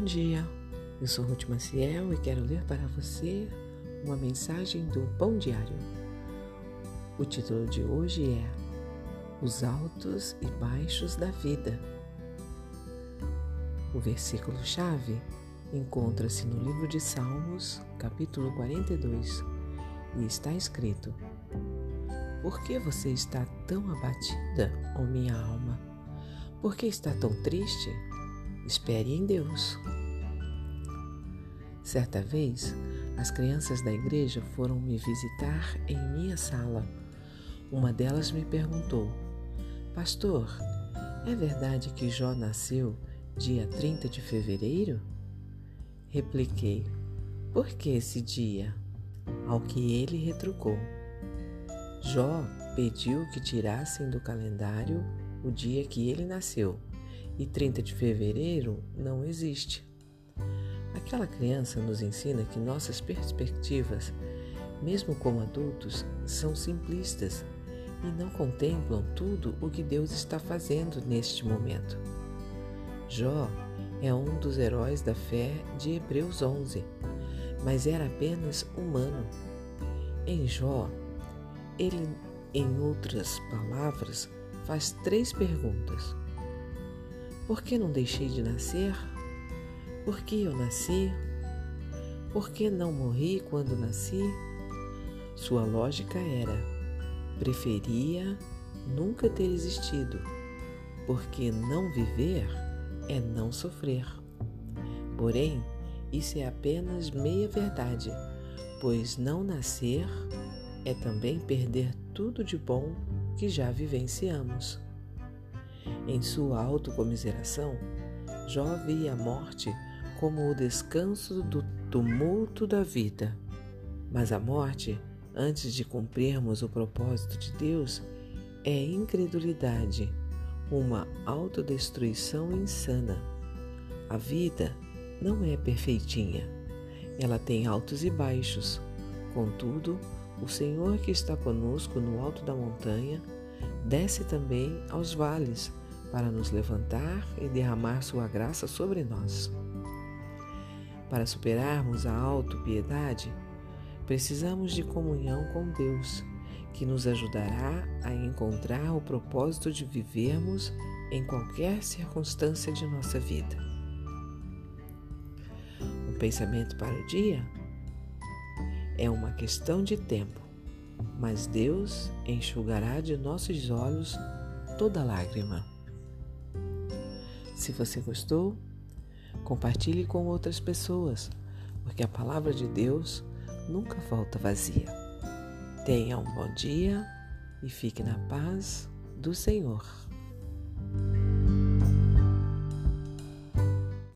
dia, eu sou Ruth Maciel e quero ler para você uma mensagem do Pão Diário. O título de hoje é Os Altos e Baixos da Vida. O versículo-chave encontra-se no livro de Salmos, capítulo 42, e está escrito: Por que você está tão abatida, ó minha alma? Por que está tão triste? Espere em Deus. Certa vez, as crianças da igreja foram me visitar em minha sala. Uma delas me perguntou: Pastor, é verdade que Jó nasceu dia 30 de fevereiro? Repliquei: Por que esse dia? Ao que ele retrucou: Jó pediu que tirassem do calendário o dia que ele nasceu, e 30 de fevereiro não existe. Aquela criança nos ensina que nossas perspectivas, mesmo como adultos, são simplistas e não contemplam tudo o que Deus está fazendo neste momento. Jó é um dos heróis da fé de Hebreus 11, mas era apenas humano. Em Jó, ele, em outras palavras, faz 3 perguntas. Por que não deixei de nascer? Por que eu nasci? Por que não morri quando nasci? Sua lógica era: preferia nunca ter existido, porque não viver é não sofrer. Porém, isso é apenas meia verdade, pois não nascer é também perder tudo de bom que já vivenciamos. Em sua autocomiseração, Jó via a morte como o descanso do tumulto da vida. Mas a morte, antes de cumprirmos o propósito de Deus, é incredulidade, uma autodestruição insana. A vida não é perfeitinha, ela tem altos e baixos. Contudo, o Senhor que está conosco no alto da montanha desce também aos vales para nos levantar e derramar sua graça sobre nós. Para superarmos a autopiedade, precisamos de comunhão com Deus, que nos ajudará a encontrar o propósito de vivermos em qualquer circunstância de nossa vida. O pensamento para o dia é uma questão de tempo, mas Deus enxugará de nossos olhos toda lágrima. Se você gostou, compartilhe com outras pessoas, porque a palavra de Deus nunca volta vazia. Tenha um bom dia e fique na paz do Senhor.